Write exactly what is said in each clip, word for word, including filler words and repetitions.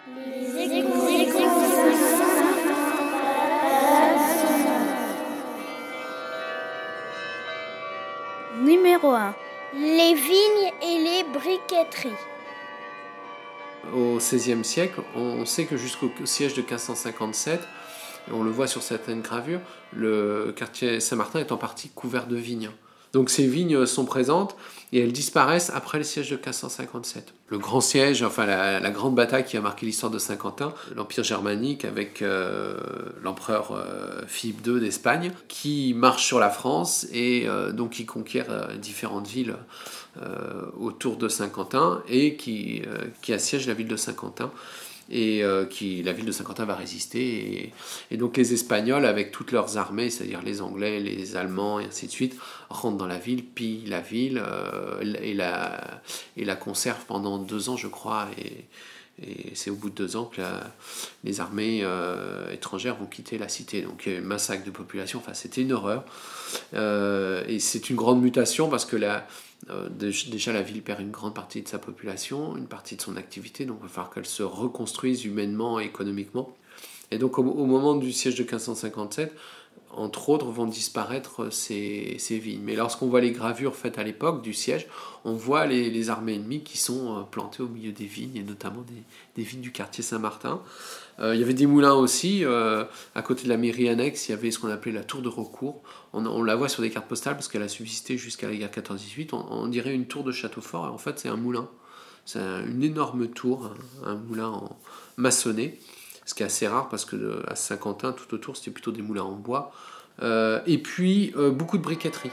Les échos. Numéro un. Les vignes et les briqueteries. Au seizième siècle, on sait que jusqu'au siège de quinze cent cinquante-sept, on le voit sur certaines gravures, le quartier Saint-Martin est en partie couvert de vignes. Donc ces vignes sont présentes et elles disparaissent après le siège de quinze cent cinquante-sept. Le grand siège, enfin la, la grande bataille qui a marqué l'histoire de Saint-Quentin, l'Empire germanique avec euh, l'empereur euh, Philippe deux d'Espagne, qui marche sur la France et euh, donc qui conquiert euh, différentes villes euh, autour de Saint-Quentin et qui, euh, qui assiège la ville de Saint-Quentin. Et euh, qui, la ville de Saint-Quentin va résister. Et, et donc les Espagnols, avec toutes leurs armées, c'est-à-dire les Anglais, les Allemands, et ainsi de suite, rentrent dans la ville, pillent la ville euh, et, la, et la conservent pendant deux ans, je crois. Et, et c'est au bout de deux ans que la, les armées euh, étrangères vont quitter la cité. Donc il y a eu un massacre de population, enfin c'était une horreur. Euh, et c'est une grande mutation parce que la... Euh, déjà la ville perd une grande partie de sa population, une partie de son activité, donc il va falloir qu'elle se reconstruise humainement et économiquement. Et donc au, au moment du siège de quinze cent cinquante-sept, entre autres, vont disparaître ces, ces vignes. Mais lorsqu'on voit les gravures faites à l'époque du siège, on voit les, les armées ennemies qui sont plantées au milieu des vignes, et notamment des, des vignes du quartier Saint-Martin. Euh, il y avait des moulins aussi. Euh, à côté de la mairie annexe, il y avait ce qu'on appelait la tour de recours. On, on la voit sur des cartes postales parce qu'elle a subsisté jusqu'à la guerre quatorze dix-huit. On, on dirait une tour de château fort, et en fait c'est un moulin. C'est un, une énorme tour, un, un moulin en maçonné. Ce qui est assez rare parce que à Saint-Quentin, tout autour, c'était plutôt des moulins en bois. Euh, et puis, euh, beaucoup de briqueterie.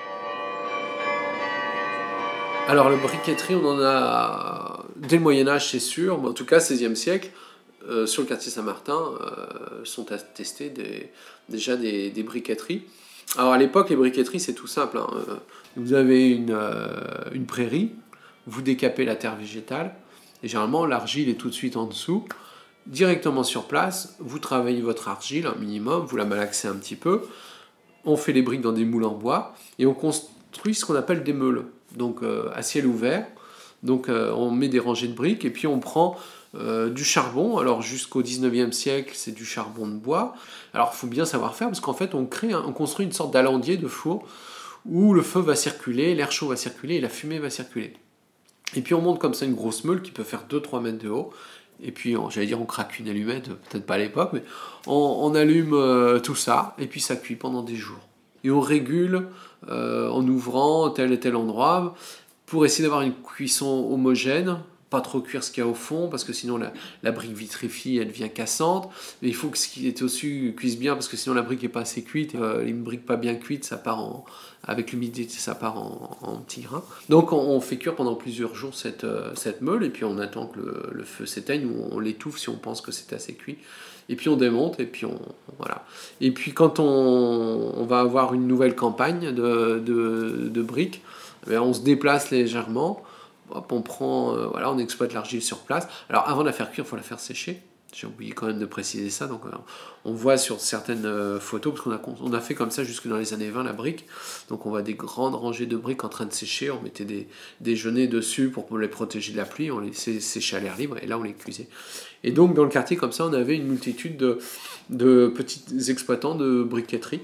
Alors, la briqueterie, on en a dès le Moyen-Âge, c'est sûr, mais en tout cas, seizième siècle, euh, sur le quartier Saint-Martin, euh, sont attestées des, déjà des, des briqueteries. Alors, à l'époque, les briqueteries, c'est tout simple. Hein. Vous avez une, euh, une prairie, vous décapez la terre végétale, et généralement, l'argile est tout de suite en dessous. Directement sur place, vous travaillez votre argile un minimum, vous la malaxez un petit peu, on fait les briques dans des moules en bois et on construit ce qu'on appelle des meules, donc euh, à ciel ouvert. Donc euh, on met des rangées de briques et puis on prend euh, du charbon. Alors jusqu'au dix-neuvième siècle, c'est du charbon de bois. Alors il faut bien savoir faire parce qu'en fait on crée, un, on construit une sorte d'alandier de four où le feu va circuler, l'air chaud va circuler et la fumée va circuler. Et puis on monte comme ça une grosse meule qui peut faire deux à trois mètres de haut. Et puis, on, j'allais dire, on craque une allumette, peut-être pas à l'époque, mais on, on allume euh, tout ça, et puis ça cuit pendant des jours. Et on régule euh, en ouvrant tel et tel endroit pour essayer d'avoir une cuisson homogène, pas trop cuire ce qu'il y a au fond, parce que sinon la, la brique vitrifie, elle devient cassante. Mais il faut que ce qui est au-dessus cuise bien, parce que sinon la brique n'est pas assez cuite. Euh, une brique pas bien cuite, ça part en, avec l'humidité, ça part en, en petits grains. Donc on, on fait cuire pendant plusieurs jours cette, euh, cette meule, et puis on attend que le, le feu s'éteigne, ou on l'étouffe si on pense que c'est assez cuit. Et puis on démonte, et puis on... Voilà. Et puis quand on, on va avoir une nouvelle campagne de, de, de briques, eh bien, on se déplace légèrement. Hop, on prend, euh, voilà, on exploite l'argile sur place. Alors avant de la faire cuire, il faut la faire sécher. J'ai oublié quand même de préciser ça. Donc, euh, on voit sur certaines euh, photos, parce qu'on a, on a fait comme ça jusque dans les années vingt la brique. Donc on voit des grandes rangées de briques en train de sécher. On mettait des, des genêts dessus pour les protéger de la pluie. On les laissait sécher à l'air libre et là on les cuisait. Et donc dans le quartier comme ça, on avait une multitude de, de petits exploitants de briqueterie.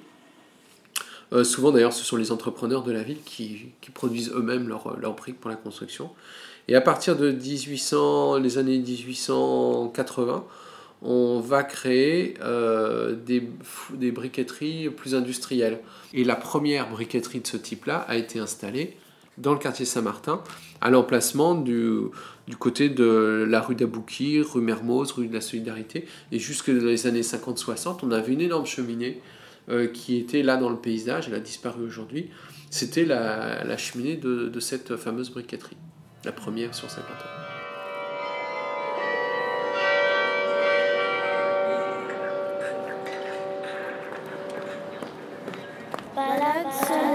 Euh, souvent d'ailleurs ce sont les entrepreneurs de la ville qui, qui produisent eux-mêmes leurs leur briques pour la construction. Et à partir de dix-huit cents, les années dix-huit cent quatre-vingts, on va créer euh, des, des briqueteries plus industrielles. Et la première briqueterie de ce type-là a été installée dans le quartier Saint-Martin, à l'emplacement du, du côté de la rue d'Abouki, rue Mermoz, rue de la Solidarité. Et jusque dans les années cinquante soixante, on avait une énorme cheminée Euh, qui était là dans le paysage, elle a disparu aujourd'hui. C'était la, la cheminée de, de cette fameuse briqueterie, la première sur Saint-Quentin. Balade